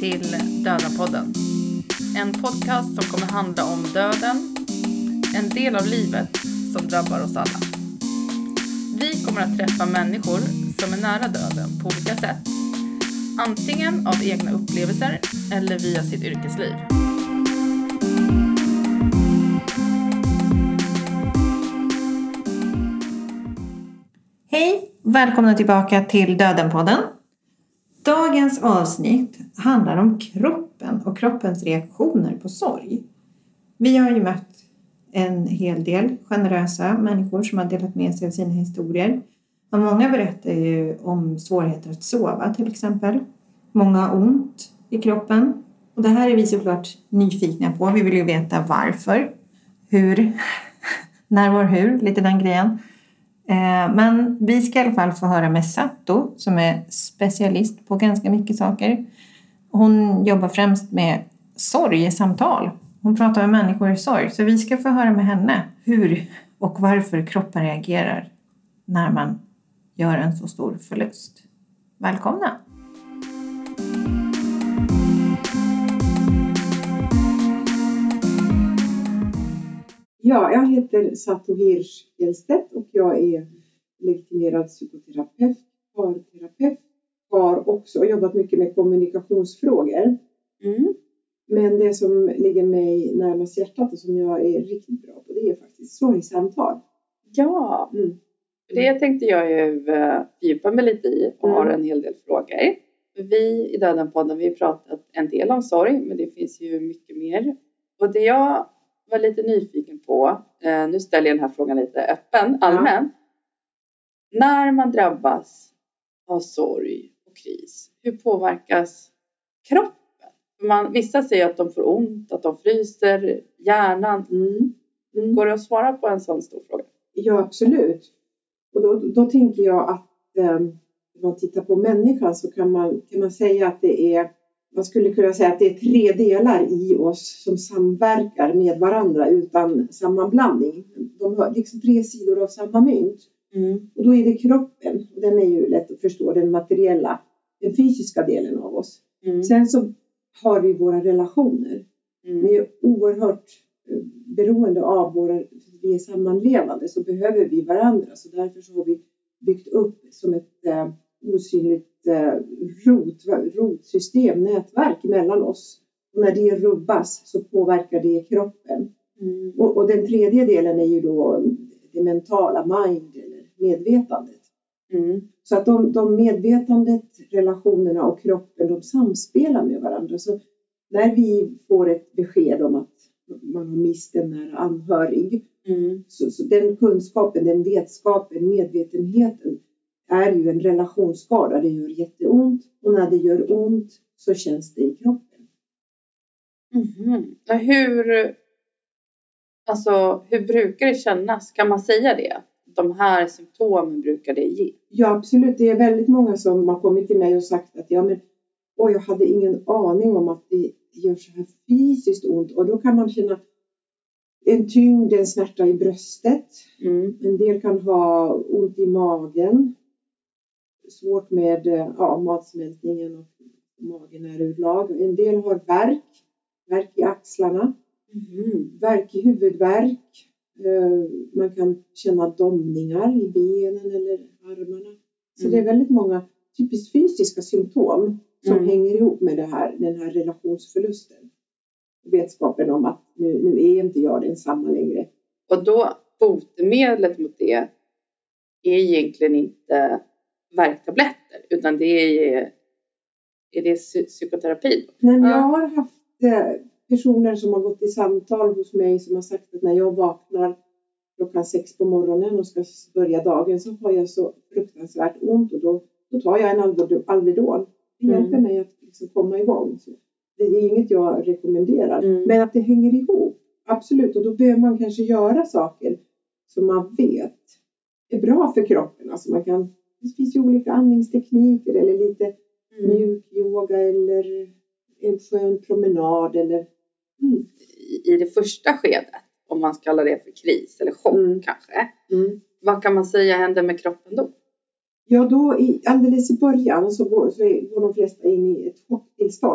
till Döden-podden. En podcast som kommer handla om döden, en del av livet som drabbar oss alla. Vi kommer att träffa människor som är nära döden på olika sätt. Antingen av egna upplevelser eller via sitt yrkesliv. Hej, välkomna tillbaka till Döden-podden. Dagens avsnitt handlar om kroppen och kroppens reaktioner på sorg. Vi har ju mött en hel del generösa människor som har delat med sig av sina historier. Och många berättar ju om svårigheter att sova till exempel. Många har ont i kroppen. Och det här är vi såklart nyfikna på. Vi vill ju veta varför, hur, när, var, hur, lite den grejen. Men vi ska i alla fall få höra med Sato som är specialist på ganska mycket saker. Hon jobbar främst med sorgesamtal. Hon pratar med människor i sorg. Så vi ska få höra med henne hur och varför kroppen reagerar när man gör en så stor förlust. Välkomna! Ja, jag heter Sato Hirsch-Elstedt och jag är legitimerad psykoterapeut, parterapeut. Har också jobbat mycket med kommunikationsfrågor. Men det som ligger mig närmast hjärtat och som jag är riktigt bra på, det är faktiskt sorgsamtal. Ja, det tänkte jag ju fördjupa mig lite i och har en hel del frågor. Vi i Döden-podden, vi har pratat en del om sorg, men det finns ju mycket mer. Och det jag var lite nyfiken på, nu ställer jag den här frågan lite öppen, allmän. När man drabbas av sorg och kris, hur påverkas kroppen? Vissa säger att de får ont, att de fryser, hjärnan. Går det att svara på en sån stor fråga? Ja, absolut. Och då tänker jag att om man tittar på människan så kan man säga att det är, man skulle kunna säga att det är 3 delar i oss som samverkar med varandra utan sammanblandning. De har liksom 3 sidor av samma mynt. Och då är det kroppen. Och den är ju lätt att förstå, den materiella, den fysiska delen av oss. Sen så har vi våra relationer. Vi är oerhört beroende av vi är sammanlevande, så behöver vi varandra. Så därför så har vi byggt upp som ett osynligt rotsystem, nätverk mellan oss. Och när det rubbas så påverkar det kroppen. Och den 3:e delen är ju då det mentala, mind eller medvetandet. Så att de medvetandet, relationerna och kroppen, de samspelar med varandra. Så när vi får ett besked om att man har mist en nära anhörig, så den kunskapen, den vetskapen, medvetenheten är ju en relationsskada. Det gör jätteont, och när det gör ont så känns det i kroppen. Hur brukar det kännas? Kan man säga det? De här symptomen brukar det ge? Ja, absolut. Det är väldigt många som har kommit till mig och sagt att jag hade ingen aning om att det gör så här fysiskt ont. Och då kan man känna en tyngd, en smärta i bröstet. En del kan ha ont i magen. Svårt med matsmältningen och magen är ur lag. En del har värk i axlarna. Värk i huvudvärk. Man kan känna domningar i benen eller armarna. Så det är väldigt många typiskt fysiska symptom som hänger ihop med den här relationsförlusten. Vetskapen om att nu är inte jag densamma längre. Och då botemedlet mot det är egentligen inte värktabletter, utan det är det psykoterapi? Nej, men jag har haft personer som har gått i samtal hos mig som har sagt att när jag vaknar 6:00 på morgonen och ska börja dagen så har jag så fruktansvärt ont, och då tar jag en Alvedon. Det hjälper mig att liksom komma igång. Så det är inget jag rekommenderar. Men att det hänger ihop, absolut. Och då behöver man kanske göra saker som man vet är bra för kroppen. Alltså det finns ju olika andningstekniker eller lite mjuk yoga eller en skön promenad eller i det första skedet, om man kallar det för kris eller chock kanske. Vad kan man säga händer med kroppen då? Ja, då alldeles i början så går de flesta in i ett chocktillstånd.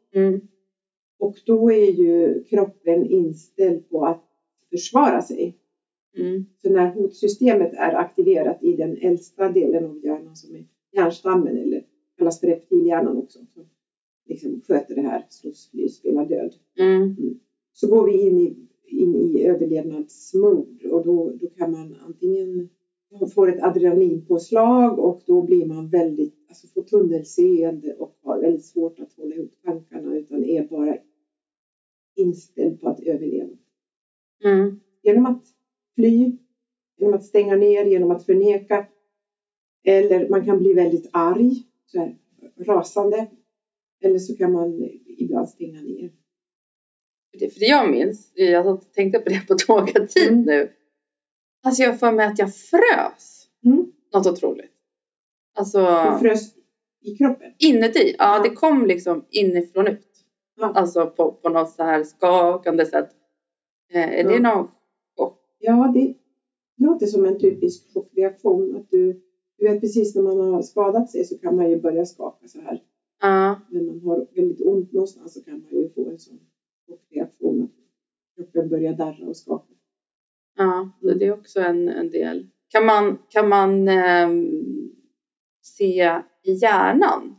Mm. Och då är ju kroppen inställd på att försvara sig. Mm. Så när hotsystemet är aktiverat i den äldsta delen av hjärnan som är hjärnstammen eller kallas för reptilhjärnan också. Som liksom sköter det här, slåss, fly, spela död. Mm. Så går vi in i överlevnadsmode och då kan man antingen få ett adrenalinpåslag och då blir man väldigt, alltså får tunnelseende och har väldigt svårt att hålla ihop tankarna utan är bara inställd på att överleva. Mm. Genom att fly, genom att stänga ner, genom att förneka. Eller man kan bli väldigt arg, så här, rasande. Eller så kan man ibland stänga ner. För det jag minns, jag tänkte på det på tågatid nu. Alltså jag får med att jag frös. Något otroligt. Alltså, Du frös i kroppen? Inuti, ja det kom liksom inifrån ut. Ja. Alltså på något så här skakande sätt. Är det någon chock? Ja, det låter som en typisk chockreaktion. Att du vet precis när man har skadat sig så kan man ju börja skaka så här. Ja. När man har väldigt ont någonstans så kan man ju få en sån chockreaktion. Att kroppen börjar darra och skaka. Ja, det är också en del. Kan man se i hjärnan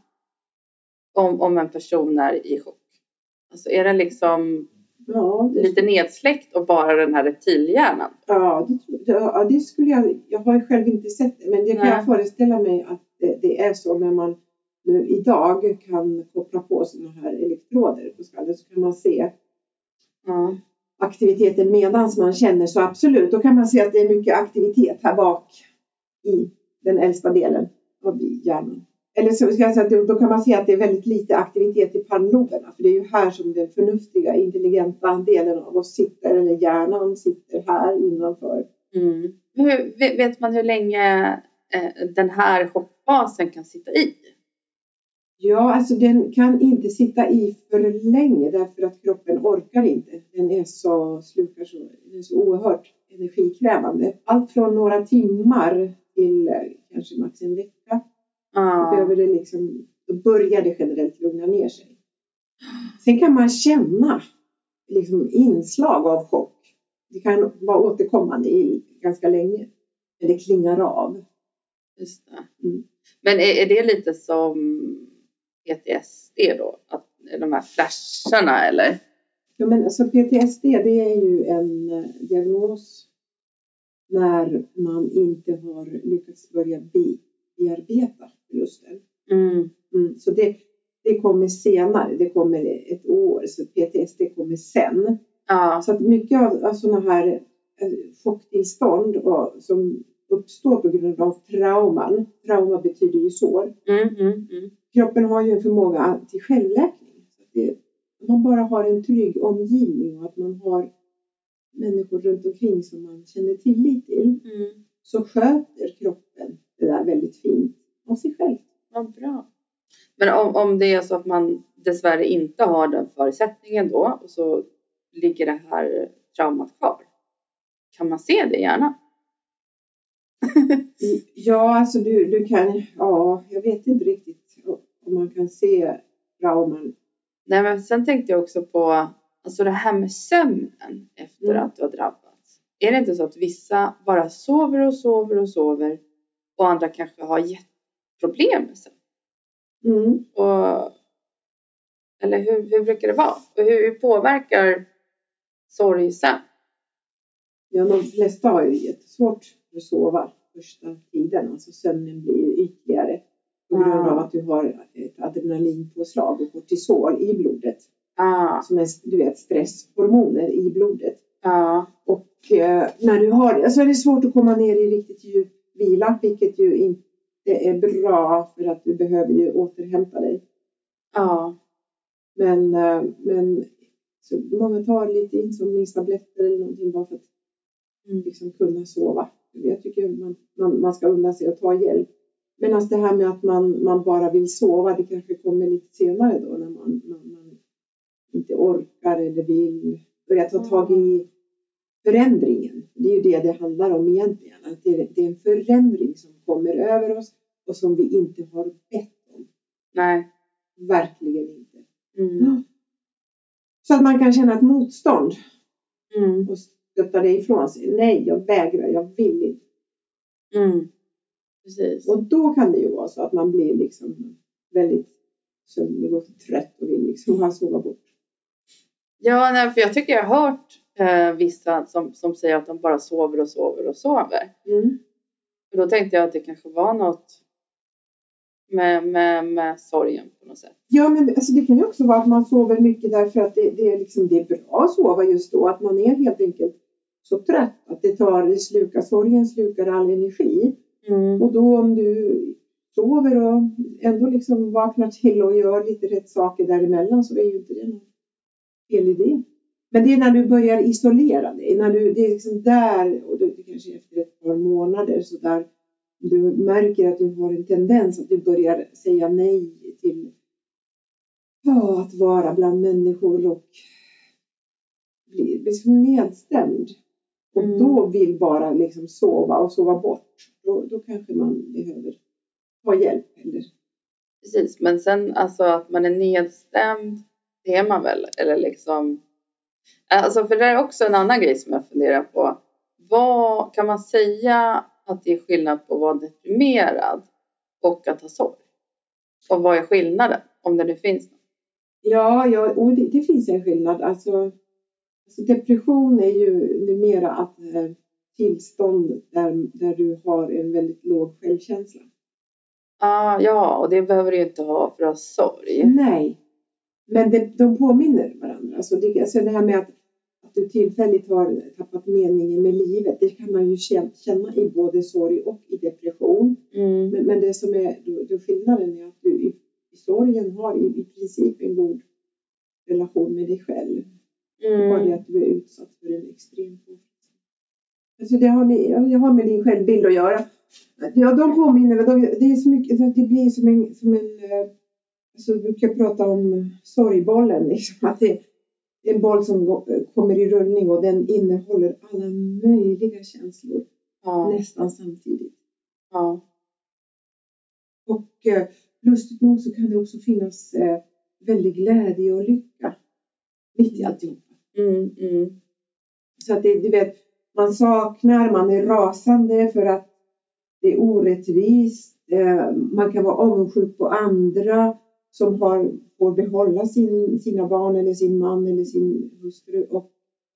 om en person är i chock? Alltså är den liksom lite nedsläckt och bara den här reptilhjärnan? Ja, det skulle jag har själv inte sett det. Men det kan jag föreställa mig att det är så när man nu idag kan koppla på sådana här elektroder på skallen så kan man se aktiviteten medan man känner, så absolut. Då kan man se att det är mycket aktivitet här bak i den äldsta delen av hjärnan. Eller så ska jag säga att då kan man se att det är väldigt lite aktivitet i pannloberna. För det är ju här som den förnuftiga, intelligenta delen av oss sitter. Eller hjärnan sitter här innanför. Mm. Vet man hur länge den här chockfasen kan sitta i? Ja, alltså den kan inte sitta i för länge därför att kroppen orkar inte. Den är så oerhört energikrävande. Allt från några timmar till kanske max en vecka. Behöver det liksom, då börjar det generellt lugna ner sig. Sen kan man känna liksom inslag av chock. Det kan vara återkommande i ganska länge. Men det klingar av. Just det. Mm. Men är det lite som PTSD då? Att de här flasharna eller? Ja, men alltså PTSD det är ju en diagnos när man inte har lyckats börja bearbeta förlusten. Så det kommer senare, det kommer ett år, så PTSD kommer sen. Så att mycket av sådana här chocktillstånd som uppstår på grund av trauman. Trauma betyder ju sår. Kroppen har ju en förmåga till självläkning. Så att man bara har en trygg omgivning och att man har människor runt omkring som man känner tillit till. Så sköter kroppen det där väldigt fint av sig själv. Vad bra. Men om det är så att man dessvärre inte har den förutsättningen då och så ligger det här traumat kvar. Kan man se det gärna? Ja, alltså du kan, jag vet inte riktigt om man kan se trauman. Nej, men sen tänkte jag också på alltså det här med sömnen efter att du har drabbats. Är det inte så att vissa bara sover och andra kanske har problem med sömn? Eller hur brukar det vara? Och hur påverkar sorg sömn? Ja, de flesta har ju jättesvårt att sova första tiden. Alltså sömnen blir ju ytligare på grund av att du har ett adrenalinpåslag och kortisol i blodet. Som är, du vet, stresshormoner i blodet. Och när du har det så är det svårt att komma ner i riktigt djup vila, vilket ju inte är bra för att du behöver ju återhämta dig. Men så många tar lite insomningstabletter eller någonting bara för att liksom kunna sova. Jag tycker man ska unna sig att ta hjälp. Men alltså det här med att man bara vill sova, det kanske kommer lite senare då när man inte orkar eller vill börja ta tag i förändringen. Det är ju det handlar om egentligen. Att det är en förändring som kommer över oss och som vi inte har bett om. Nej. Verkligen inte. Så att man kan känna ett motstånd. Och stötta det ifrån sig. Nej, jag vägrar, jag vill inte. Precis. Och då kan det ju vara så att man blir liksom väldigt sömnig och trött och vill liksom sova bort. Ja, nej, för jag tycker jag har hört vissa som säger att de bara sover och sover och sover. Och då tänkte jag att det kanske var något med sorgen på något sätt. Ja, men alltså, det kan ju också vara att man sover mycket därför att det är bra att sova just då. Att man är helt enkelt så trött att sorgen slukar all energi. Och då om du sover och ändå liksom vaknar till och gör lite rätt saker däremellan, så är ju inte det någon fel idé. Men det är när du börjar isolera dig. Det är liksom där, och det kanske efter ett par månader så där du märker att du har en tendens att du börjar säga nej till att vara bland människor och bli liksom nedstämd. Och då vill bara liksom sova och sova bort. Då kanske man behöver ha hjälp. Eller? Precis, men sen alltså att man är nedstämd, det är man väl? Eller liksom... Alltså för det är också en annan grej som jag funderar på. Vad kan man säga att det är skillnad på att vara deprimerad och att ha sorg? Och vad är skillnaden? Om det nu finns något. Ja, och det finns en skillnad. Alltså depression är ju numera ett tillstånd där du har en väldigt låg självkänsla. Ja, och det behöver du inte ha för att ha sorg. Nej, men de påminner varandra. Alltså det här med att du tillfälligt har tappat meningen med livet, det kan man ju känna i både sorg och i depression. Men det som är då skillnaden är att du i sorgen har i princip en god relation med dig själv. Bara det att du är utsatt för en extrem påfrestning. Alltså det har med din självbild att göra. Ja, de påminner, det är så mycket, det blir som en alltså vi brukar prata om sorgbollen, liksom, att det är en boll som kommer i rullning och den innehåller alla möjliga känslor nästan samtidigt. Ja. Och lustigt nog så kan det också finnas väldigt glädje och lycka mitt i alltihopa. Så att du vet, man saknar, man är rasande för att det är orättvist. Man kan vara avundsjuk på andra som får behålla sina barn eller sin man eller sin hustru. Och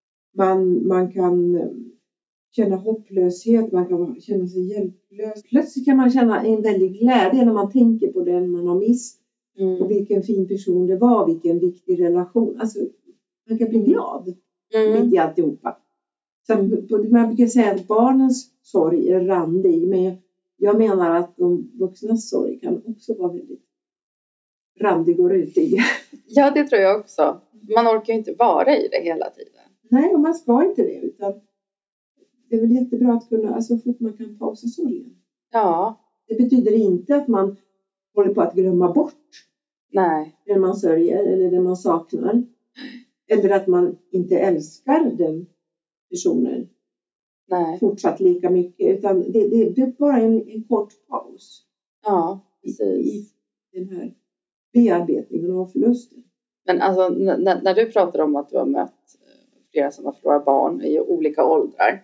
man kan känna hopplöshet, man kan känna sig hjälplös. Plötsligt kan man känna en väldig glädje när man tänker på den man har mist. Och vilken fin person det var, vilken viktig relation. Alltså man kan bli glad mitt i alltihopa. Så man brukar säga att barnens sorg är randig, men jag menar att de vuxnas sorg kan också vara väldigt randig och rutig. Ja, det tror jag också. Man orkar ju inte vara i det hela tiden. Nej, och man ska inte det, utan det är väl jättebra att kunna, alltså fort man kan pausa sorgen. Ja. Det betyder inte att man håller på att glömma bort det man sörjer eller det man saknar. Eller att man inte älskar den personen fortsatt lika mycket, utan det är bara en kort paus. Ja, precis. I den här bearbetningen av förlusten. Men alltså när du pratar om att du har mött flera som har förlorat barn i olika åldrar.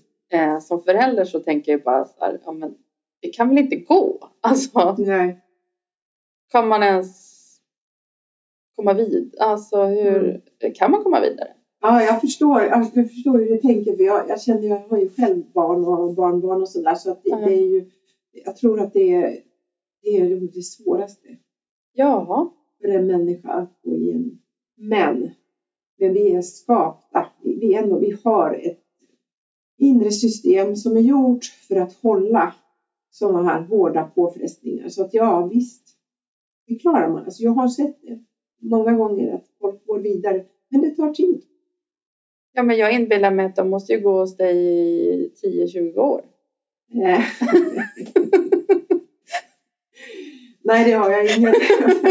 Som förälder så tänker jag bara så här, ja men det kan väl inte gå? Alltså, nej. Kan man ens komma vidare? Alltså hur kan man komma vidare? Ja, jag förstår hur du tänker. För jag har ju själv barn och barnbarn och sådär. Så att det är ju, jag tror att det är det svåraste. Ja. För en människa att gå igenom. Men vi är skapta. Vi har ett inre system som är gjort för att hålla sådana här hårda påfrestningar. Så att ja, visst. Det klarar man. Alltså jag har sett det många gånger att folk går vidare. Men det tar tid. Ja, men jag inbillar mig att de måste ju gå hos dig i 10-20 år. Nej, det har jag inte.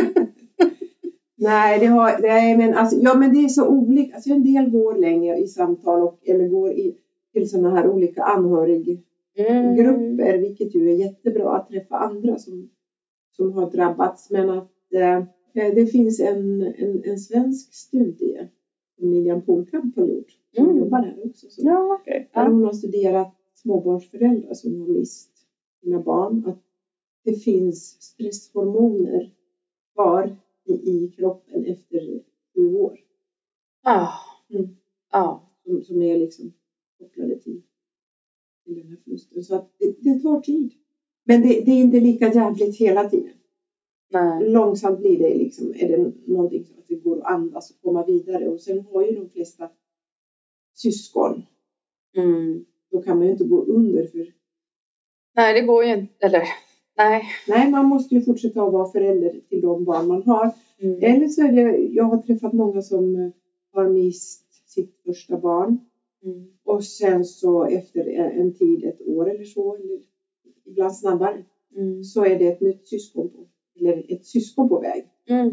Men det är så olika. Alltså en del går längre i samtal eller går till sådana här olika anhöriggrupper, vilket ju är jättebra att träffa andra som har drabbats. Men att det finns en svensk studie som Lilian Polkamp har gjort. Hon jobbar här också. Så Ja, okej. där hon har studerat småbarnsföräldrar som har mist sina barn. Att det finns stresshormoner kvar i kroppen efter 7 år. Ja. Ja. Som är liksom kopplade till den här förlusten. Så att det tar tid. Men det är inte lika jävligt hela tiden. Nej. Långsamt blir det liksom, är det någonting så att det går att andas och komma vidare. Och sen har ju de flesta syskon. Då kan man ju inte gå under för... Nej, det går ju inte. Eller, Nej, man måste ju fortsätta att vara förälder till de barn man har. Eller så är det, jag har träffat många som har mist sitt första barn. Och sen så efter en tid, 1 år eller så, eller ibland snabbare, så är det ett nytt syskon eller ett syskon på väg.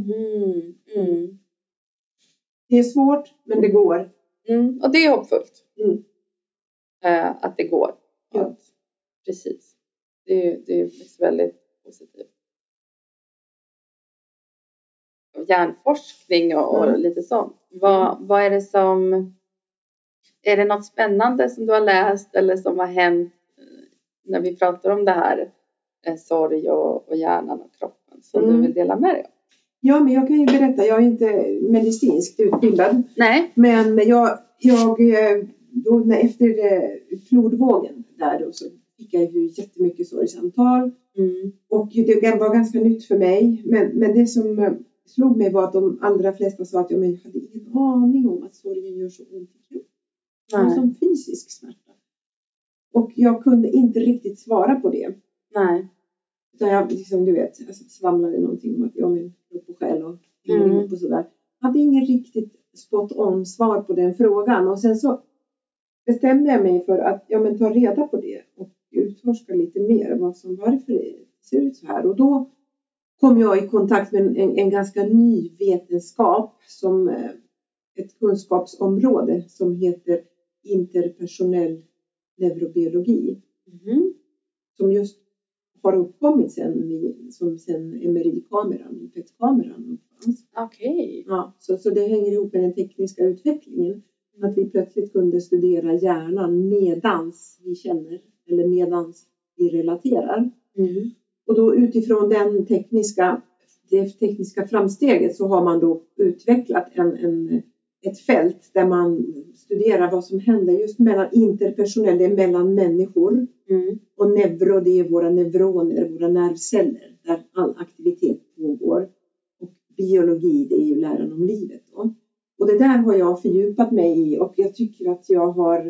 Det är svårt, men det går. Och det är hoppfullt. Att det går. Ja. Precis. Det är faktiskt väldigt positivt. Hjärnforskning och lite sånt. Vad är det som... Är det något spännande som du har läst eller som har hänt när vi pratar om det här? Sorg och hjärnan och kroppen som du vill dela med dig av? Ja, men jag kan ju berätta. Jag är inte medicinskt utbildad. Nej. Men jag då efter flodvågen där då, så fick jag ju jättemycket sorgsamtal. Och det var ganska nytt för mig. Men det som slog mig var att de allra flesta sa att jag hade ingen aning om att sorgen gör så ont i kroppen. Som fysisk smärta. Och jag kunde inte riktigt svara på det. Nej. Utan jag liksom, du vet, svamlade någonting om att jag min kropp och själ och ihop och sådär. Jag hade ingen riktigt spot on svar på den frågan. Och sen så bestämde jag mig för att ta reda på det. Och utforska lite mer varför det ser ut så här. Och då kom jag i kontakt med en ganska ny vetenskap. Som ett kunskapsområde som heter interpersonell neurobiologi. Som just har uppkommit sen MRI-kameran, PET-kameran uppfanns. Okej. Ja, så det hänger ihop med den tekniska utvecklingen. Att vi plötsligt kunde studera hjärnan medans vi känner eller medans vi relaterar. Och då utifrån det tekniska framsteget så har man då utvecklat ett fält där man studerar vad som händer just mellan interpersonell, det är mellan människor. Och neuro, det är våra neuroner, våra nervceller där all aktivitet pågår. Och biologi, det är ju läran om livet då. Och det där har jag fördjupat mig i och jag tycker att jag har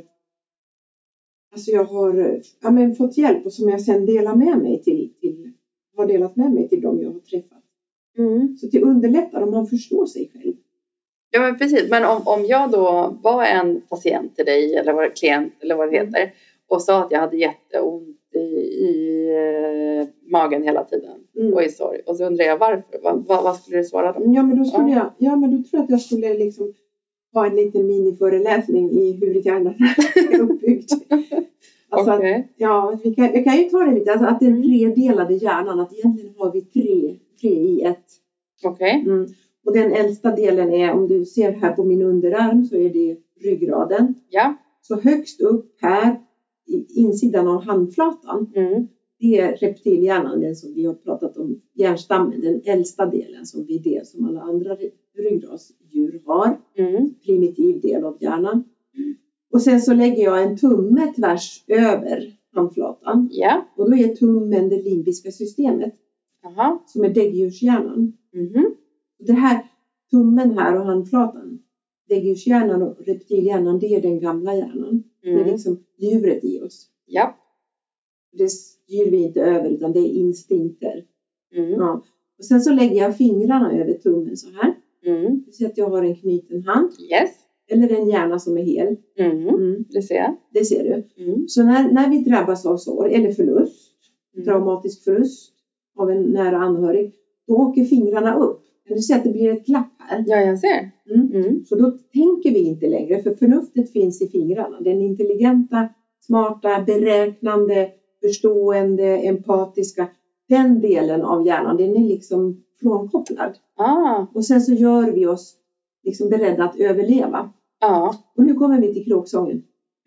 fått hjälp och som jag sen delar med mig har delat med mig till dem jag har träffat. Så det underlättar om man förstår sig själv. Ja, men precis. Men om jag då var en patient till dig eller var klient eller vad det heter och sa att jag hade jätteont i magen hela tiden och i sorg. Och så undrar jag varför. Vad skulle du svara då? Ja, men då tror jag att jag skulle liksom ha en liten miniföreläsning i hur hjärnan är uppbyggd. Alltså Okay. vi kan ju ta det lite. Alltså att den tredelade hjärnan, att egentligen har vi tre i ett. Okej. Och den äldsta delen är, om du ser här på min underarm så är det ryggraden. Ja. Så högst upp här, i insidan av handflatan, det är reptilhjärnan, den som vi har pratat om, hjärnstammen, den äldsta delen som som alla andra ryggradsdjur har. Primitiv del av hjärnan. Och sen så lägger jag en tumme tvärs över handflatan. Ja. Och då är tummen det limbiska systemet. Aha. Som är däggdjurshjärnan. Det här tummen här och handflatan, däggdjurshjärnan och reptilhjärnan, det är den gamla hjärnan. Det är liksom djuret i oss. Ja. Det styr vi inte över utan det är instinkter. Ja. Och sen så lägger jag fingrarna över tummen så här. Så att jag har en knuten hand. Yes. Eller en hjärna som är hel. Det ser jag. Det ser du. Så när vi drabbas av sorg eller förlust, traumatisk förlust av en nära anhörig, då åker fingrarna upp. Kan du se att det blir ett glapp här? Ja, jag ser. Så då tänker vi inte längre, för förnuftet finns i fingrarna. Den intelligenta, smarta, beräknande, förstående, empatiska, den delen av hjärnan, den är liksom frånkopplad. Och sen så gör vi oss liksom beredda att överleva. Ja. Och nu kommer vi till kråksången.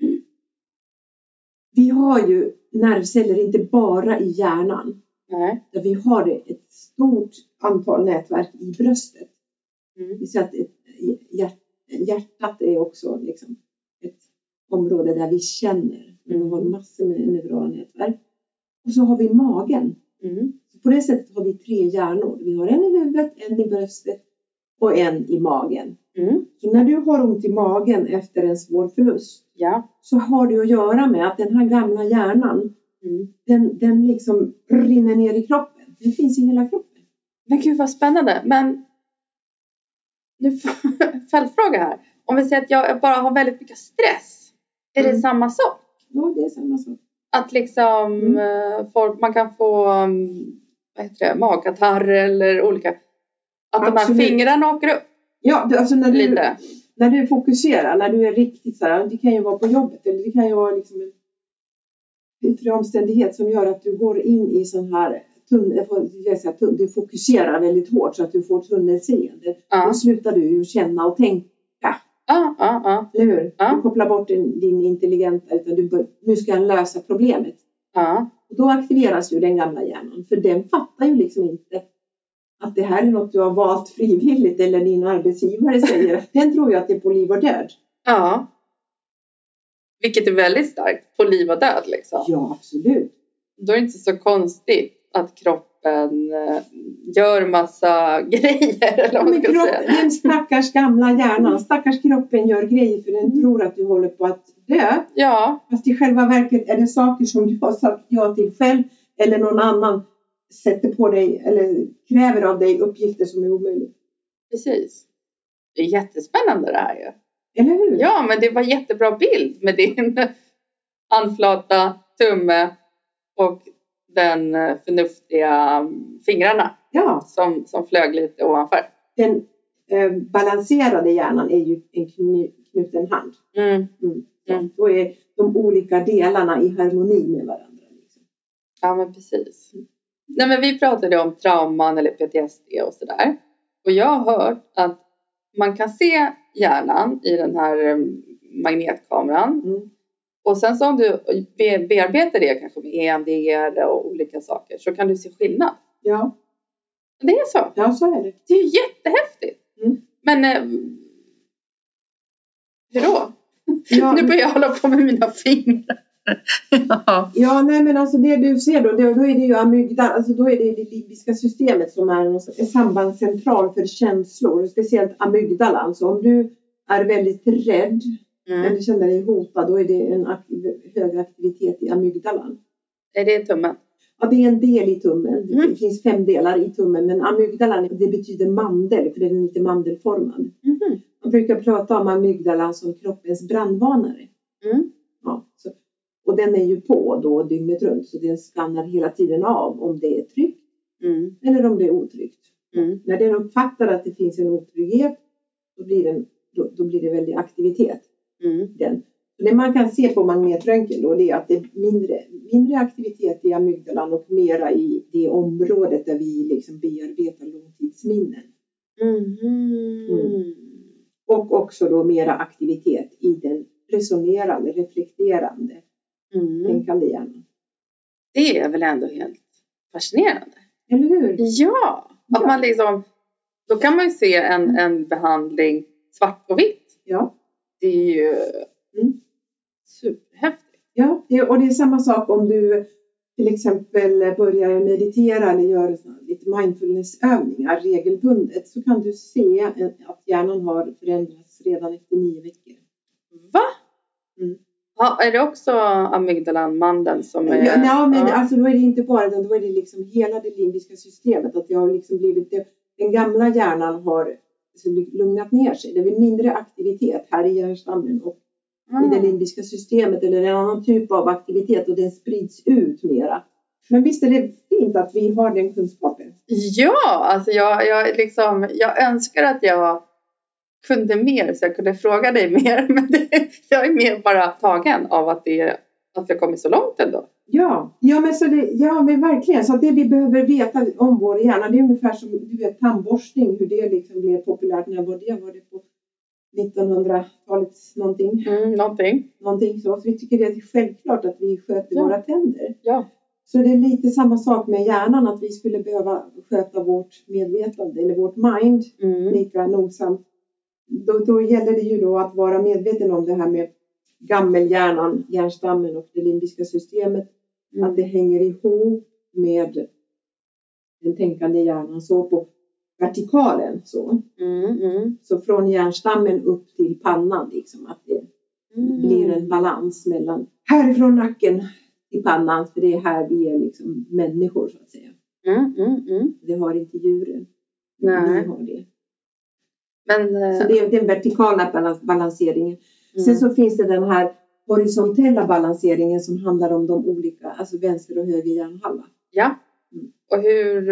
Vi har ju nervceller inte bara i hjärnan. Nej. Där vi har ett stort antal nätverk i bröstet. Vi ser att hjärtat är också liksom ett område där vi känner. Vi har massor med neurala nätverk. Och så har vi magen. Så på det sättet har vi 3 hjärnor. Vi har en i huvudet, en i bröstet och en i magen. Så när du har ont i magen efter en svår förlust. Så har det att göra med att den här gamla hjärnan. Den liksom rinner ner i kroppen. Den finns i hela kroppen. Men gud vad spännande. Men nu fältfråga här. Om vi säger att jag bara har väldigt mycket stress. Är det samma sak? Ja, det är samma sak. Att liksom man kan få vad heter det, magkatarr eller olika. Att de här fingrarna åker upp. Ja, alltså när du fokuserar, när du är riktigt så här, det kan ju vara på jobbet eller det kan ju vara liksom en yttre omständighet som gör att du går in i sån här du fokuserar väldigt hårt så att du får tunnelseende. Då slutar du ju känna och tänka. Eller hur? Du kopplar bort din intelligenta utan nu ska jag lösa problemet. Och då aktiveras ju den gamla hjärnan. För den fattar ju liksom inte att det här är något du har valt frivilligt eller din arbetsgivare säger. Den tror ju att det är på liv och död. Ja. Vilket är väldigt starkt. På liv och död liksom. Ja, absolut. Då är det inte så konstigt att kroppen gör massa grejer. Eller vad man ska säga. Den stackars gamla hjärnan, stackars kroppen gör grejer för den tror att du håller på att dö. Ja. Fast i själva verket är det saker som du har sagt ja till själv eller någon annan sätter på dig eller kräver av dig uppgifter som är omöjliga. Precis. Det är jättespännande det här ju. Eller hur? Ja, men det var jättebra bild med din handflata, tumme och den förnuftiga fingrarna som flög lite ovanför. Den balanserade hjärnan är ju en knuten hand. Då är de olika delarna i harmoni med varandra. Liksom. Ja, men precis. Nej, men vi pratade om trauman eller PTSD och sådär. Och jag har hört att man kan se hjärnan i den här magnetkameran. Och sen så om du bearbetar det kanske med EMDR och olika saker så kan du se skillnad. Ja. Det är så. Ja, så är det. Det är ju jättehäftigt. Men hur då? Ja. Nu börjar jag hålla på med mina fingrar. Ja, nej men alltså det du ser då är det ju amygdala, alltså då är det limbiska systemet som är en sambandscentral för känslor, speciellt amygdalan. Så om du är väldigt rädd eller känner dig hotad, då är det en hög aktivitet i amygdalan. Är det tummen? Ja, det är en del i tummen. Det finns 5 delar i tummen, men amygdalan, det betyder mandel, för den är inte mandelformad. Man brukar prata om amygdalan som kroppens brandvarnare. Ja, så. Och den är ju på då dygnet runt, så den skannar hela tiden av om det är tryggt eller om det är otryggt. När den uppfattar att det finns en otrygghet, då blir det väldigt aktivitet. Det man kan se på magnetröntgen då, det är att det är mindre aktivitet i amygdalan och mera i det området där vi liksom bearbetar långtidsminnen. Och också då mera aktivitet i den resonerande, reflekterande tänkande hjärnan. Det är väl ändå helt fascinerande. Eller hur? Ja, att man liksom, då kan man ju se en behandling svart på vitt. Ja. Det är ju superhäftigt. Ja, och det är samma sak om du till exempel börjar meditera eller gör lite mindfulnessövningar regelbundet, så kan du se att hjärnan har förändrats redan efter 9 veckor. Va? Ja, är det också amygdalan-mandeln som är... Ja, men alltså då är det inte bara den, då är det liksom hela det limbiska systemet. Att det har liksom blivit, den gamla hjärnan har lugnat ner sig. Det blir mindre aktivitet här i hjärnstammen och i det limbiska systemet, eller en annan typ av aktivitet, och den sprids ut mera. Men visst är det fint att vi har den kunskapen? Ja, alltså jag önskar att jag kunde mer så jag kunde fråga dig mer, men jag är mer bara tagen av att jag kommit så långt ändå. Men verkligen. Så det vi behöver veta om vår hjärna, det är ungefär som du vet, tandborstning, hur det liksom blev populärt. När var det på 1900-talet någonting? Någonting så. Så vi tycker det är självklart att vi sköter våra tänder. Ja. Så det är lite samma sak med hjärnan, att vi skulle behöva sköta vårt medvetande eller vårt mind lika nogsamt. Då gäller det ju då att vara medveten om det här med gammelhjärnan, hjärnstammen och det limbiska systemet. Att det hänger ihop med den tänkande hjärnan så på vertikalen så. Så från hjärnstammen upp till pannan liksom, att det blir en balans mellan härifrån nacken till pannan, för det är här vi är liksom människor så att säga. Det har inte djuren. Nej. Vi har det. Men, så det är den vertikala balanseringen. Sen så finns det den här horisontella balanseringen som handlar om de olika, alltså vänster och höger hjärnhalva. Ja. Och hur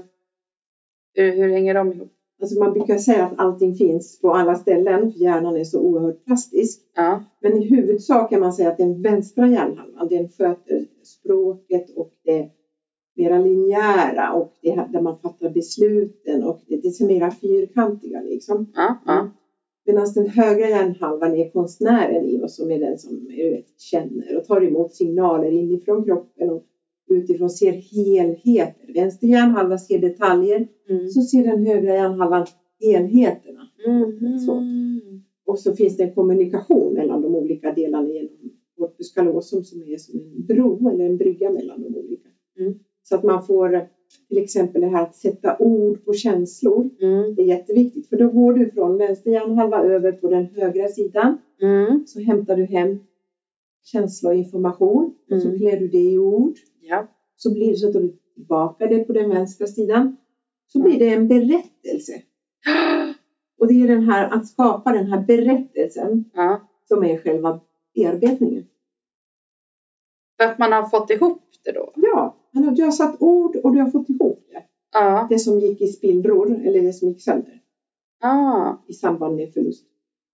hänger de ihop? Alltså man brukar säga att allting finns på alla ställen, för hjärnan är så oerhört plastisk. Ja. Men i huvudsak kan man säga att den vänstra hjärnhalvan, den sköter språket och det mera linjära och det här där man fattar besluten och det är mera fyrkantiga liksom. Medan den högra hjärnhalvan är konstnären i oss, som är den som känner och tar emot signaler inifrån kroppen och utifrån ser helheter. Vänster hjärnhalva ser detaljer, så ser den högra hjärnhalvan helheterna. Så. Och så finns det en kommunikation mellan de olika delarna genom corpus callosum som är som en bro eller en brygga mellan de olika. Så att man får till exempel det här att sätta ord på känslor. Det är jätteviktigt, för då går du från vänster hjärnhalva över på den högra sidan. Så hämtar du hem känsloinformation och så klär du det i ord. Ja. Så blir det så att du tillbaka det på den vänstra sidan. Så blir det en berättelse. Och det är den här, att skapa den här berättelsen som är själva bearbetningen. För att man har fått ihop det då? Ja, du har satt ord och du har fått ihop det. Det som gick i spillror eller det som gick sönder. I samband med förlust.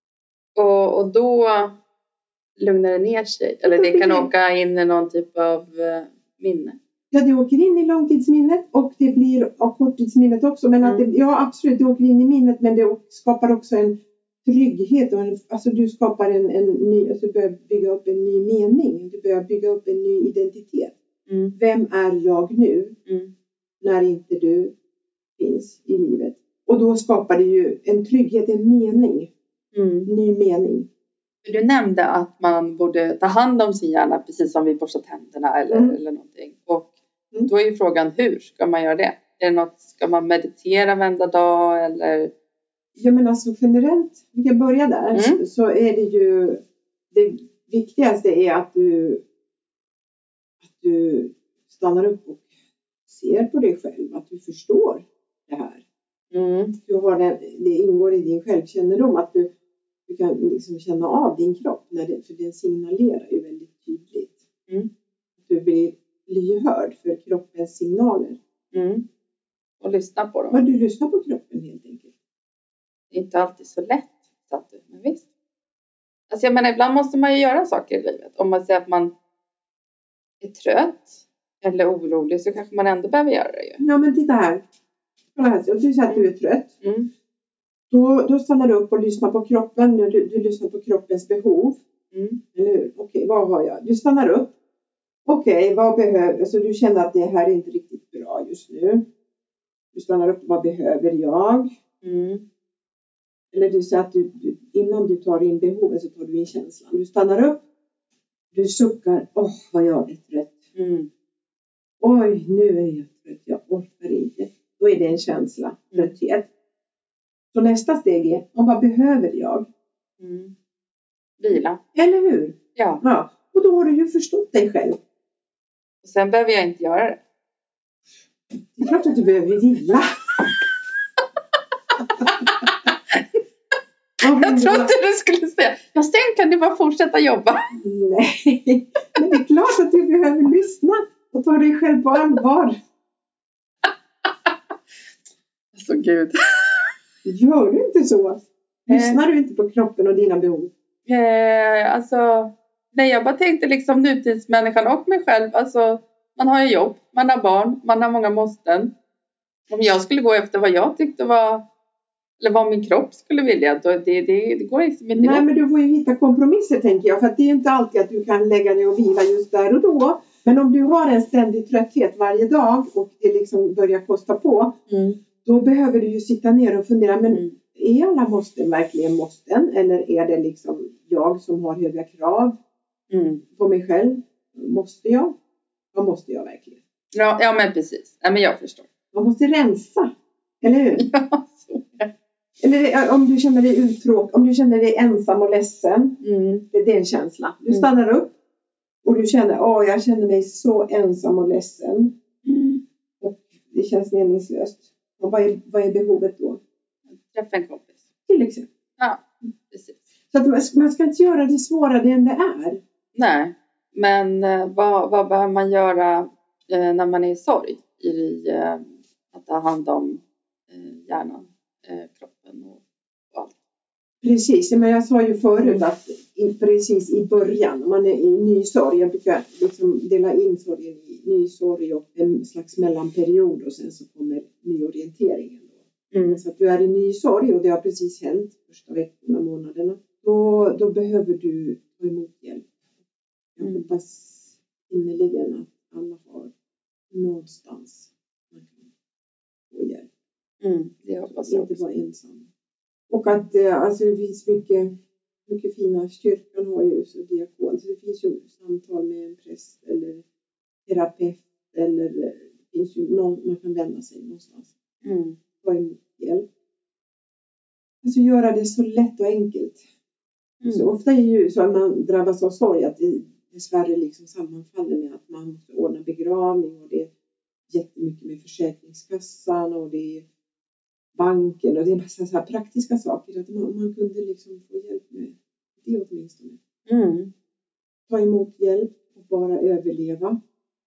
Och då lugnar det ner sig? Eller det kan åka in i någon typ av minne? Ja, det åker in i långtidsminnet och det blir av korttidsminnet också. Men att absolut, det åker in i minnet, men det skapar också en trygghet. Och alltså du skapar en ny, alltså du börjar bygga upp en ny mening. Du börjar bygga upp en ny identitet. Vem är jag nu när inte du finns i livet? Och då skapar det ju en trygghet, en mening. Ny mening. Du nämnde att man borde ta hand om sin hjärna precis som vi borstar tänderna eller någonting. Och då är ju frågan, hur ska man göra det? Är det något, ska man meditera varenda dag eller? Ja, men alltså generellt, vi kan börja där. Så är det ju, det viktigaste är att du stannar upp och ser på dig själv. Att du förstår det här. Du har det ingår i din självkännedom att du kan liksom känna av din kropp. För den signalerar ju väldigt tydligt. Du blir lyhörd för kroppens signaler. Och lyssna på dem. Ja, du lyssnar på kroppen helt enkelt. Det är inte alltid så lätt. Men visst. Alltså jag menar, ibland måste man ju göra saker i livet. Om man säger att man är trött eller orolig, så kanske man ändå behöver göra det ju. Ja, men titta här. Du säger att du är trött. Då stannar du upp och lyssnar på kroppen. Du lyssnar på kroppens behov. Eller hur? Okej, vad har jag? Du stannar upp. Okej, vad behöver... Så du känner att det här är inte riktigt bra just nu. Du stannar upp. Vad behöver jag? Eller du säger att innan du tar in behovet så tar du in känslan. Du stannar upp. Du suckar. Vad jag är trött. Oj, nu är jag trött. Jag orkar inte. Då är det en känsla. Trötthet. Så nästa steg är, vad behöver jag? Vila. Eller hur? Ja. Och då har du ju förstått dig själv. Och sen behöver jag inte göra det. Det är klart att du behöver vila. Jag trodde du skulle säga, sen kan du bara fortsätta jobba. Nej, men det är klart att du behöver lyssna och ta dig själv på allvar. Alltså gud. Gör du inte så? Lyssnar du inte på kroppen och dina behov? Alltså, Nej, jag bara tänkte liksom nutidsmänniskan och mig själv. Alltså, man har ju jobb, man har barn, man har många måsten. Om jag skulle gå efter vad jag tyckte var, eller vad min kropp skulle vilja, då det går liksom inte Nej, ihop. men du får ju hitta kompromisser, tänker jag. För att det är inte alltid att du kan lägga ner och vila just där och då. Men om du har en ständig trötthet varje dag och det liksom börjar kosta på. Då behöver du ju sitta ner och fundera. Men är alla måsten verkligen måsten? Eller är det liksom jag som har höga krav på mig själv? Måste jag? Vad måste jag verkligen? Ja, men precis. Ja, men jag förstår. Man måste rensa. Eller hur? Ja, så. Eller om du känner dig uttråkad, om du känner dig ensam och ledsen. Det är en känsla. Du stannar upp och du känner, jag känner mig så ensam och ledsen. Och det känns meningslöst. Och vad är behovet då? Träffa en kompis. Till exempel. Ja, precis. Så att man ska inte göra det svårare än det är. Nej, men vad behöver man göra när man är i sorg? I att ta hand om hjärnan, kroppen och allt. Precis, men jag sa ju förut att precis i början, när man är i ny sorg, jag brukar liksom dela in sorgen i ny sorg och en slags mellanperiod och sen så kommer nyorienteringen. Så att du är i ny sorg och det har precis hänt första veckorna, månaderna. Då behöver du ta emot hjälp. Jag hoppas innerligen att alla har någonstans man kan få hjälp. Det hoppas jag inte också. vara ensam. Och att alltså, det finns mycket fina, kyrkan har ju så diakon. Så det finns ju samtal med en präst eller terapeut. Eller det finns ju någon man kan vända sig någonstans. Ta emot hjälp. Alltså göra det så lätt och enkelt. Så ofta är det ju så att man drabbas av sorg. Att det dessvärre liksom sammanfaller med att man måste ordna begravning. Och det är jättemycket med Försäkringskassan. Och det är banken. Och det är massa så här praktiska saker. Att man kunde liksom få hjälp med det åtminstone. Ta emot hjälp och bara överleva.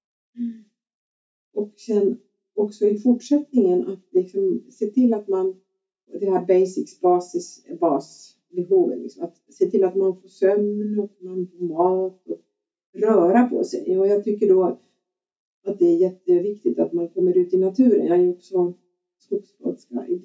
Och sen också i fortsättningen att liksom se till att man, det här basbehoven, liksom, att se till att man får sömn och man får mat och röra på sig. Och jag tycker då att det är jätteviktigt att man kommer ut i naturen. Jag är ju också skogsbadsguide.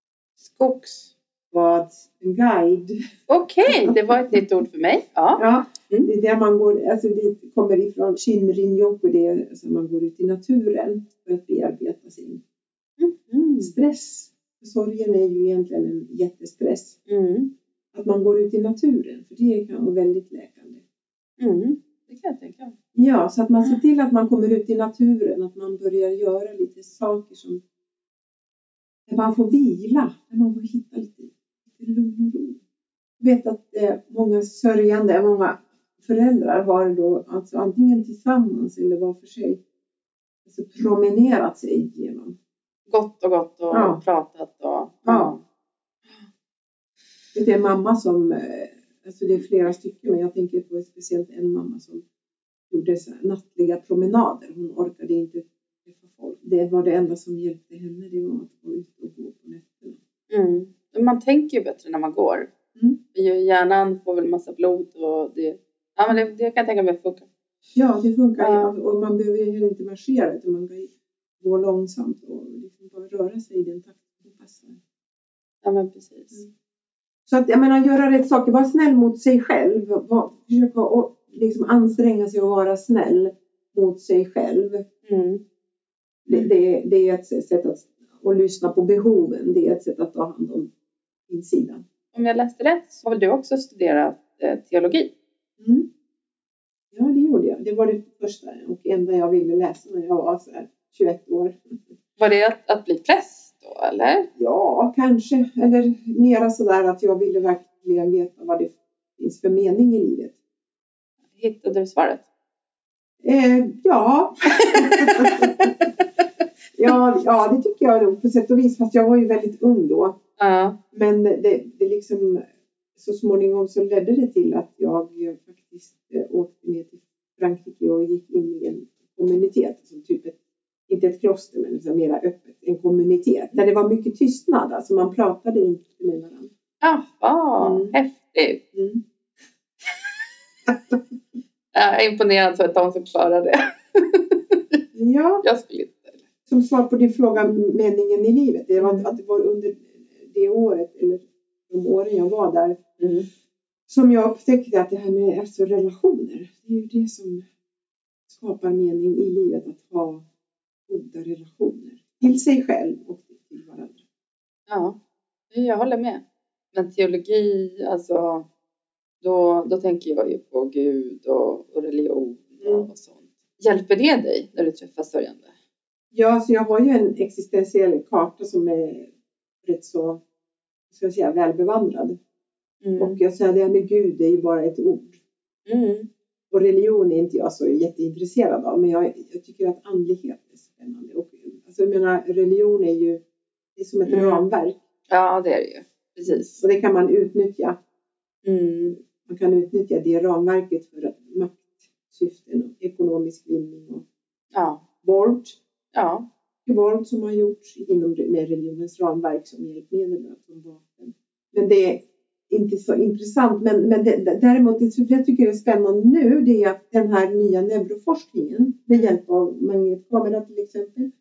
Skogsbadsguide. Okej, det var ett nytt ord för mig. Ja. Det är där man går, alltså det kommer ifrån Shinrin-yoku, det är alltså man går ut i naturen för att bearbeta sin stress. Sorgen är ju egentligen en jättestress. Att man går ut i naturen, för det kan vara väldigt läkande. Det kan jag tänka. Ja, så att man ser till att man kommer ut i naturen, att man börjar göra lite saker som där man får vila, där man får hitta lite lugn och ro. Jag vet att många sörjande, många föräldrar har då alltså antingen tillsammans eller var för sig alltså promenerat sig igenom. Gott och pratat och... Ja. Det är en mamma som, alltså det är flera stycken, men jag tänker på speciellt en mamma som gjorde så här nattliga promenader. Hon orkade inte träffa folk. Det var det enda som hjälpte henne, det var att gå ut och gå på nätterna. Man tänker ju bättre när man går. Hjärnan får väl massa blod och det kan jag tänka mig funkar. Ja, det funkar. Och man behöver ju inte marschera, utan man kan gå långsamt och liksom bara röra sig i den takt som passar. Ja, men precis. Så att jag menar, göra rätt saker. Var snäll mot sig själv. Försöka liksom anstränga sig och vara snäll mot sig själv. Det är ett sätt att lyssna på behoven. Det är ett sätt att ta hand om din sida. Om jag läste rätt så har väl du också studerat teologi? Ja, det gjorde jag. Det var det första och enda jag ville läsa när jag var så här 21 år. Var det att bli präst då, eller? Ja, kanske. Eller mera sådär att jag ville verkligen veta vad det finns för mening i livet. Hittade du svaret? Ja. ja, det tycker jag nog på sätt och vis. Fast jag var ju väldigt ung då. Men det liksom, så småningom så ledde det till att jag faktiskt åkte ner till Frankrike och gick in i en kommunitet. Som typ inte ett kloster, men liksom mera öppet. En kommunitet. Där det var mycket tystnad. Alltså man pratade inte med varandra. Jaha, häftigt. Jag är imponerad för att de som klarar det. Ja, Jag skulle inte. som svar på din fråga, meningen i livet. Det var att det var under det året, eller de åren jag var där, som jag upptäckte att det här med alltså relationer, det är ju det som skapar mening i livet, att ha goda relationer till sig själv och till varandra. Ja, jag håller med. Men teologi, alltså, då tänker jag ju på Gud och religion och sånt. Hjälper det dig när du träffar sörjande? Ja, så jag har ju en existentiell karta som är rätt så, ska jag säga, välbevandrad. Och jag säger det här med Gud, det är ju bara ett ord. Och religion är inte jag så jätteintresserad av, men jag tycker att andlighet är spännande. Och, alltså jag menar, religion är ju, det är som ett ramverk. Ja, det är det ju. Precis. Och det kan man utnyttja. Man kan utnyttja det ramverket för maktsyften och ekonomisk vinning och våld. Ja. Våld som har gjorts inom med religionens ramverk som hjälpmedel, som vapen. Men det är inte så intressant. Men däremot, det jag tycker är spännande nu, det är att den här nya neuroforskningen med hjälp av magnetkamera till exempel.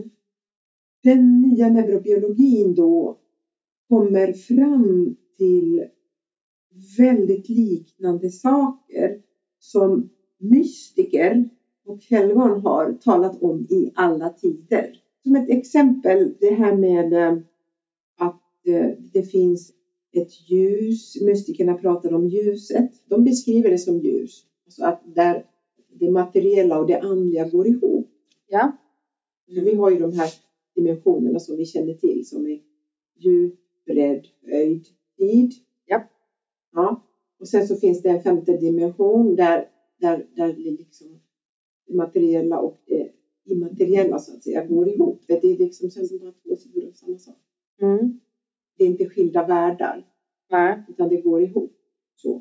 Den nya neurobiologin då kommer fram till väldigt liknande saker som mystiker och helgon har talat om i alla tider. Som ett exempel, det här med att det finns ett ljus. Mystikerna pratar om ljuset. De beskriver det som ljus. Alltså att där det materiella och det andliga går ihop. Ja. Vi har ju de här dimensionerna som vi känner till, som är djup, bredd, höjd, tid. Ja. Och sen så finns det en femte dimension där liksom det materiella och det immateriella så att säga går ihop. Det är liksom som bara två sidor av samma sak. Det är inte skilda världar. Nej. Utan det går ihop. Så.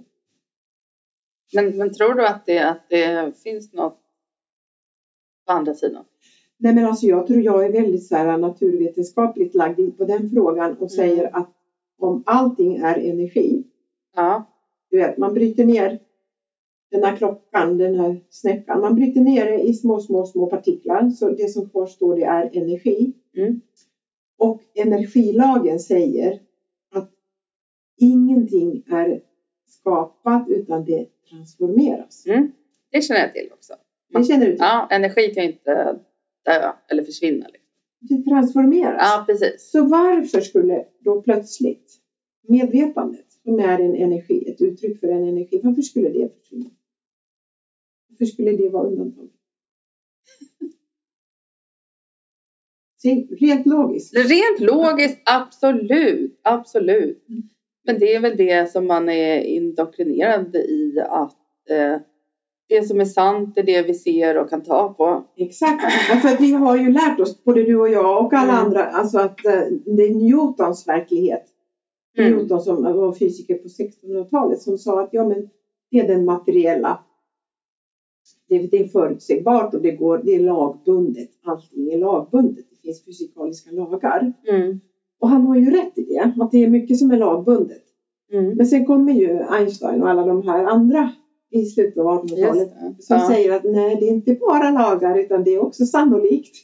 Men tror du att det finns något på andra sidan? Nej, men alltså jag tror jag är väldigt så här naturvetenskapligt lagd på den frågan och säger att om allting är energi. Ja. Du vet, man bryter ner den här klockan, den här snäckan. Man bryter ner det i små partiklar. Så det som kvarstår, det är energi. Och energilagen säger att ingenting är skapat utan det transformeras. Det känner jag till också. Det känner du till? Ja, energi kan inte dö eller försvinna. Liksom. Det transformeras. Ja, precis. Så varför skulle då plötsligt medvetandet, som är en energi, ett uttryck för en energi, varför skulle det försvinna? Varför skulle det vara undantag? Rent logiskt. Rent logiskt, absolut. Men det är väl det som man är indoktrinerad i, att det som är sant är det vi ser och kan ta på. Exakt, för att vi har ju lärt oss, både du och jag och alla andra, alltså att det är Newtons verklighet. Newton som var fysiker på 1600-talet som sa att men det är den materiella. Det är förutsägbart och det är lagbundet. Allting är lagbundet. Det finns fysikaliska lagar. Och han har ju rätt i det. Att det är mycket som är lagbundet. Men sen kommer ju Einstein och alla de här andra i slutet av 1800-talet. Som säger att nej, det är inte bara lagar utan det är också sannolikt.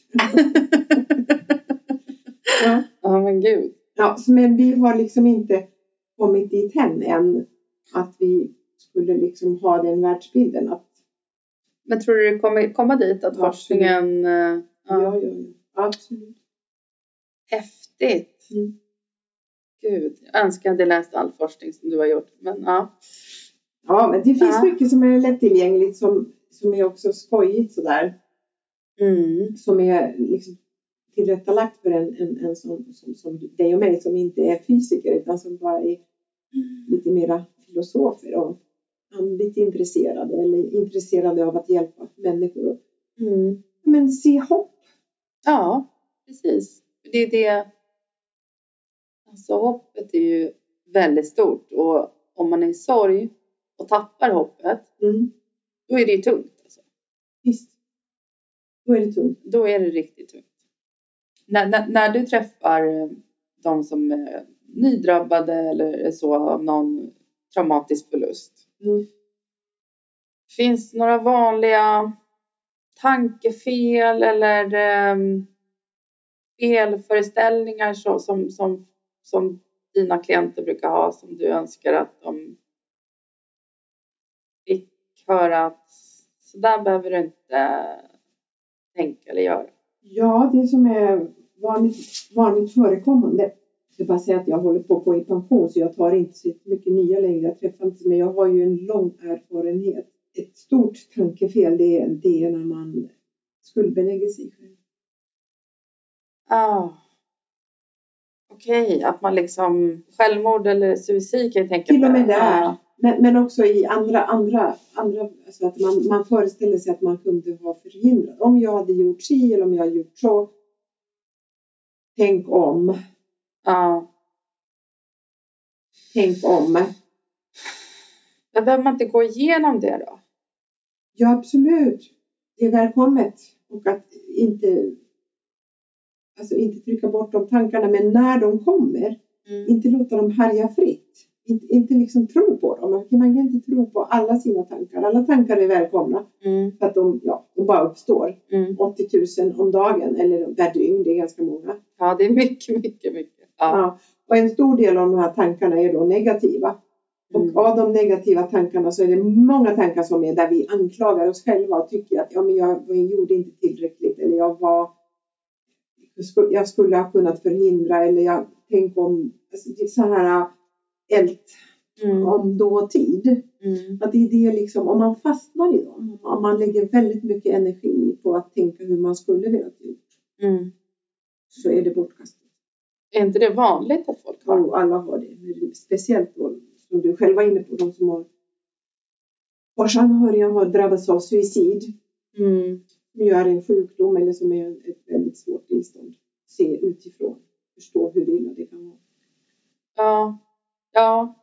Ja, men gud. Ja, men vi har liksom inte kommit dit hem än att vi skulle liksom ha den världsbilden. Men tror du det kommer komma dit att forskningen... Ja, absolut. Häftigt. Gud, jag önskar att jag läst all forskning som du har gjort. Men Ja, men det finns mycket som är lättillgängligt som är också skojigt sådär. Som är liksom tillrättalagt för en som dig och mig som inte är fysiker utan som bara är lite mera filosofer och andligt intresserade eller intresserade av att hjälpa människor. Men se hopp. Ja, precis. Det är det. Alltså hoppet är ju väldigt stort och om man är i sorg och tappar hoppet då är det ju tungt. Alltså. Visst. Då är det tungt. Då är det riktigt tungt. När du träffar de som är nydrabbade eller så av någon traumatisk förlust. Finns det några vanliga tankefel eller felföreställningar som dina klienter brukar ha, som du önskar att de fick höra att så där behöver du inte tänka eller göra? Ja, det som är vanligt förekommande. Jag bara säga att jag håller på att gå i pension, så jag tar inte så mycket nya längre. Jag träffar inte, men jag har ju en lång erfarenhet. Ett stort tankefel, det är när man skuldbelägger sig själv. Okej, att man liksom självmord eller suicid kan jag tänka till och med på. där. Men också i andra alltså att man föreställer sig att man kunde ha förhindrat. Om jag hade gjort si eller om jag hade gjort så. Tänk om. Tänk om. Men behöver man inte gå igenom det då? Ja, absolut. Det är välkommet. Och att inte trycka bort de tankarna. Men när de kommer, inte låta dem härja fritt. Inte liksom tro på dem. Man kan inte tro på alla sina tankar. Alla tankar är välkomna. För att de bara uppstår. 80 000 om dagen. Eller per dygn. Det är ganska många. Ja, det är mycket. Ja. Och en stor del av de här tankarna är då negativa. Och av de negativa tankarna så är det många tankar som är där vi anklagar oss själva. Och tycker att men jag gjorde inte tillräckligt. Eller jag skulle ha kunnat förhindra. Eller jag tänk om så här om då tid. Att det är det liksom, om man fastnar i dem, om man lägger väldigt mycket energi på att tänka hur man skulle vilja gjort, så är det bortkastat. Är inte det vanligt att folk har? Och alla har det, men speciellt då, som du själv var inne på, de som vars anhöriga har drabbats av suicid, som är en sjukdom eller som är ett väldigt svårt tillstånd. Se utifrån, förstå hur illa det kan vara. Ja,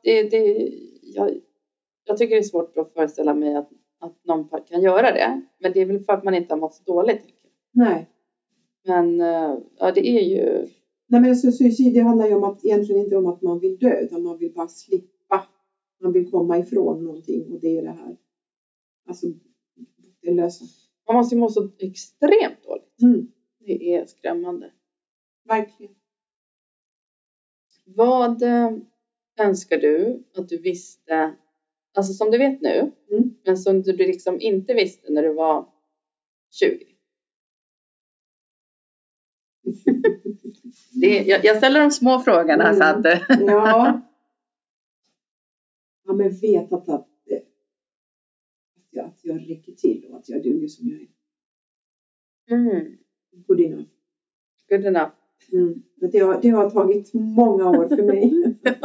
jag tycker det är svårt att föreställa mig att någon kan göra det. Men det är väl för att man inte har mått så dåligt. Nej. Men det är ju... Nej, men suicid, det handlar ju om att egentligen inte om att man vill dö. Utan man vill bara slippa. Man vill komma ifrån någonting. Och det är det här. Alltså, det lösa. Man måste ju må så extremt dåligt. Det är skrämmande. Verkligen. Vad önskar du att du visste, alltså som du vet nu, men som du liksom inte visste när du var 20? Jag ställer de små frågorna så att... Ja, men vet att jag räcker till och att jag duger som jag är. Good enough. Det har tagit många år för mig.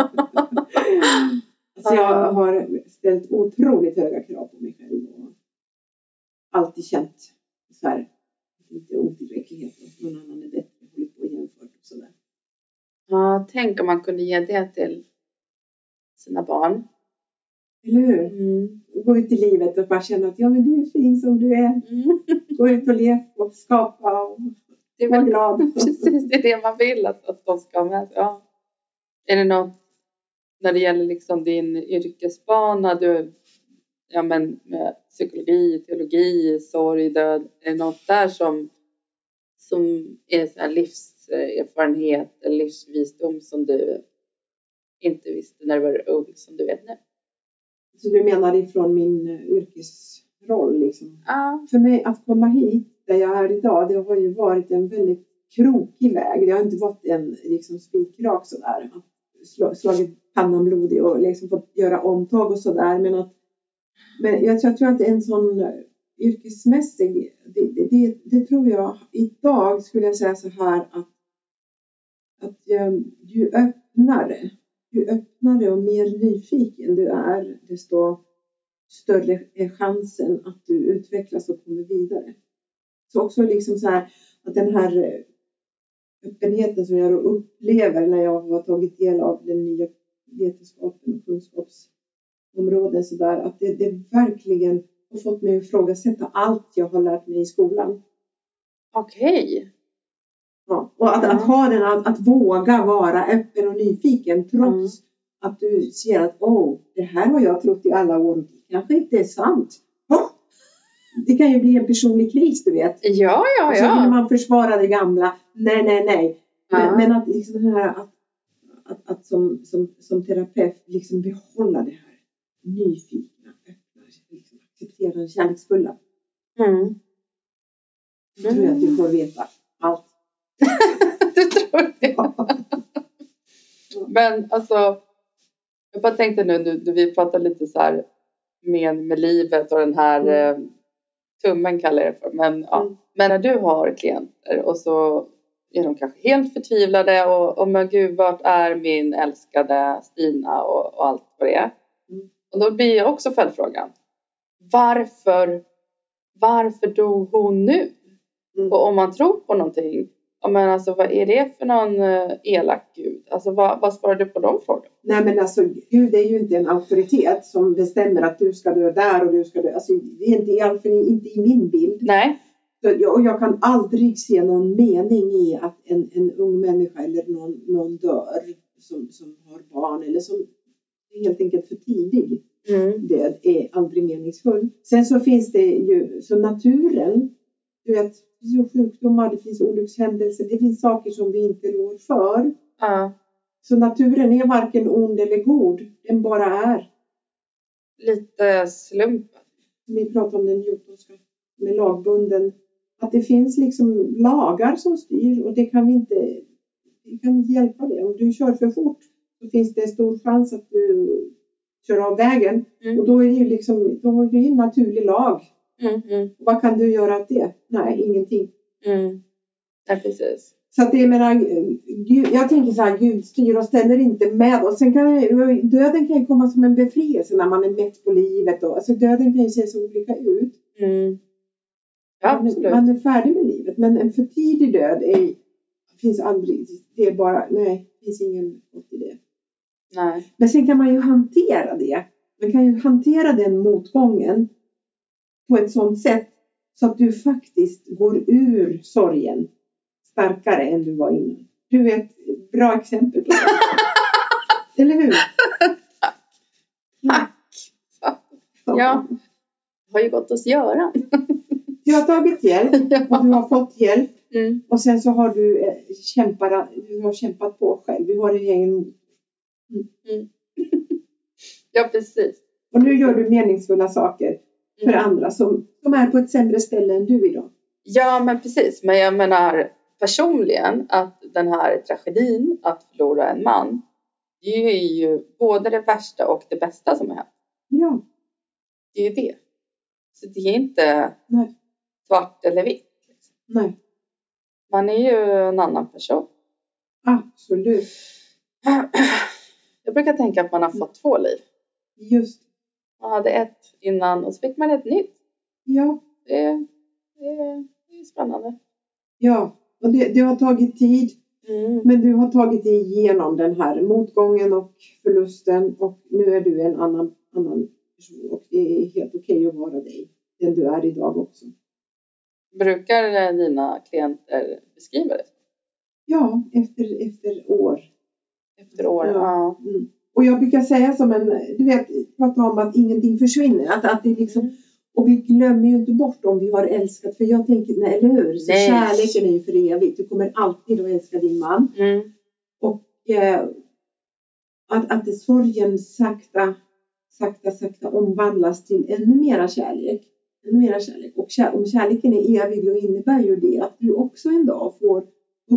Alltså jag har ställt otroligt höga krav på mig själv och alltid känt så här, lite otillräcklighet och någon annan är bättre, hållit på och jämfört och sådär. Ja, tänk om man kunde ge det till sina barn. Eller hur? Gå ut i livet och bara känna att men du är fin som du är. Gå ut och leka och skapa och vara glad. Precis, det är det man vill att de ska ha med sig. Ja. Är det något när det gäller liksom din yrkesbana, med psykologi, teologi, sorg, död, är det något där som är så här livserfarenhet eller livsvisdom som du inte visste när du var ung, som du vet nu? Så du menar ifrån min yrkesroll liksom? Ja. För mig att komma hit där jag är idag, det har ju varit en väldigt krokig väg. Det har inte varit en liksom spikrak sådär. Slagit pannan blodig och liksom fått göra omtag och sådär. Men jag tror att en sån yrkesmässig, det tror jag idag skulle jag säga så här att ju öppnare och mer nyfiken du är, desto större är chansen att du utvecklas och kommer vidare. Så också liksom så här att den här öppenheten som jag upplever när jag har tagit del av den nya vetenskapen och kunskapsområden så där, att det verkligen har fått mig att ifrågasätta allt jag har lärt mig i skolan. Okej. Ja, och att ha den, att våga vara öppen och nyfiken trots att du ser att det här har jag trott i alla år, kanske inte är sant. det kan ju bli en personlig kris, du vet. Ja. Och så vill man försvara det gamla. Nej. Men att liksom det här att som terapeut liksom behålla det här nyfikna, öppna, liksom acceptera det kärleksfulla. Jag tror att du får veta allt. Du tror det? Men alltså, jag bara tänkte nu vi pratar lite så här med livet och den här tummen kallar jag det för. Men när du har klienter och så är de kanske helt förtvivlade och men gud, vart är min älskade Stina och allt vad det är. Och då blir jag också följdfrågan. Varför dog hon nu? Och om man tror på någonting, men alltså vad är det för någon elak gud? Alltså vad svarar du på de frågorna? Nej, men alltså Gud är ju inte en auktoritet som bestämmer att du ska dö där och du ska dö. Alltså det är inte i min bild. Nej. Och jag kan aldrig se någon mening i att en ung människa eller någon dör som har barn eller som är helt enkelt för tidig. Det är aldrig meningsfull. Sen så finns det ju, så naturen, du vet, det finns sjukdomar, det finns olyckshändelser, det finns saker som vi inte rår för. Så naturen är varken ond eller god, den bara är. Lite slump. Vi pratar om den newtonska med lagbunden. Att det finns liksom lagar som styr och det kan vi inte hjälpa det. Om du kör för fort så finns det en stor chans att du kör av vägen. Och då är det ju liksom, då har du en naturlig lag. Vad kan du göra åt det? Nej, ingenting. Ja, precis. Så att det menar, jag tänker så här, Gud styr och ställer inte med oss. Sen döden kan ju komma som en befrielse när man är mätt på livet. Alltså döden kan ju se så olika ut. Ja, man är färdig med livet. Men en för tidig död finns aldrig. Det är bara, nej, det finns ingen gott i det. Nej. Men sen kan man ju hantera det. Man kan ju hantera den motgången på ett sånt sätt så att du faktiskt går ur sorgen starkare än du var innan. Du är ett bra exempel på det. Eller hur? Tack. Ja, det har ju gått oss göra. Du har tagit hjälp och du har fått hjälp. Och sen så har du kämpat på själv. Du har en Ja, precis. Och nu gör du meningsfulla saker för andra som är på ett sämre ställe än du idag. Ja, men precis. Men jag menar personligen att den här tragedin att förlora en man, det är ju både det värsta och det bästa som är hänt. Ja. Det är ju det. Så det är inte svart eller vitt. Liksom. Nej. Man är ju en annan person. Absolut. Jag brukar tänka att man har fått 2 liv. Just. Man hade ett innan och så fick man ett nytt. Ja. Det är spännande. Ja, och det har tagit tid. Men du har tagit dig igenom den här motgången och förlusten. Och nu är du en annan person. Och det är helt okej att vara dig. Den du är idag också. Brukar dina klienter beskriva det? Ja, efter år. Efter år, ja. Och jag brukar säga som du vet, prata om att ingenting försvinner. Att det liksom, och vi glömmer ju inte bort om vi har älskat. För jag tänker, nej, eller hur? Så kärleken är ju för evigt. Du kommer alltid att älska din man. Och att sorgen sakta omvandlas till ännu mera kärlek. Och om kärleken är evig, då innebär ju det att du också en dag får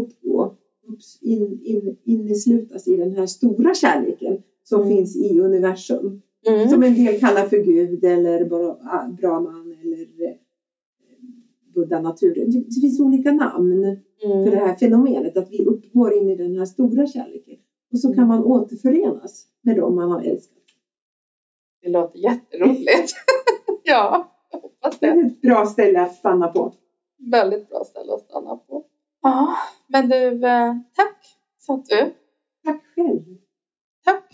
inneslutas i den här stora kärleken som finns i universum. Som en del kallar för Gud eller Brahman eller Buddha naturen. Det finns olika namn för det här fenomenet att vi uppgår in i den här stora kärleken. Och så kan man återförenas med dem man har älskat. Det låter jätteroligt. Ja, jag hoppas det. Det är ett bra ställe att stanna på. Väldigt bra ställe att stanna på. Ja, men du, tack sa du. Tack själv. Tack.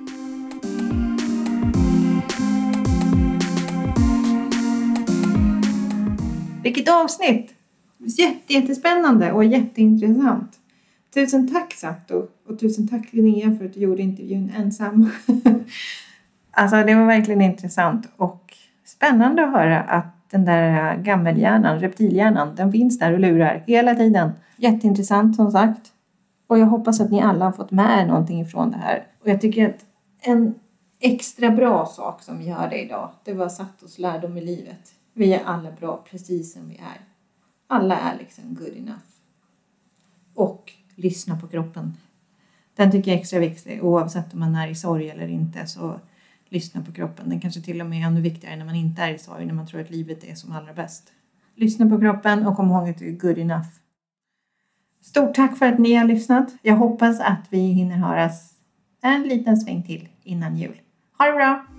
Vilket avsnitt! Jättespännande och jätteintressant. Tusen tack Sato och tusen tack Linnea för att du gjorde intervjun ensam. Alltså det var verkligen intressant och spännande att höra att den där gammelhjärnan, reptilhjärnan, den finns där och lurar hela tiden. Jätteintressant som sagt. Och jag hoppas att ni alla har fått med er någonting ifrån det här. Och jag tycker att en extra bra sak som vi hörde idag, det var satt oss lärdom i livet. Vi är alla bra precis som vi är. Alla är liksom good enough. Och lyssna på kroppen. Den tycker jag är extra viktig. Oavsett om man är i sorg eller inte, så lyssna på kroppen. Den kanske till och med är ännu viktigare när man inte är i sorg. När man tror att livet är som allra bäst. Lyssna på kroppen och kom ihåg att du är good enough. Stort tack för att ni har lyssnat. Jag hoppas att vi hinner höras en liten sväng till innan jul. Ha det bra!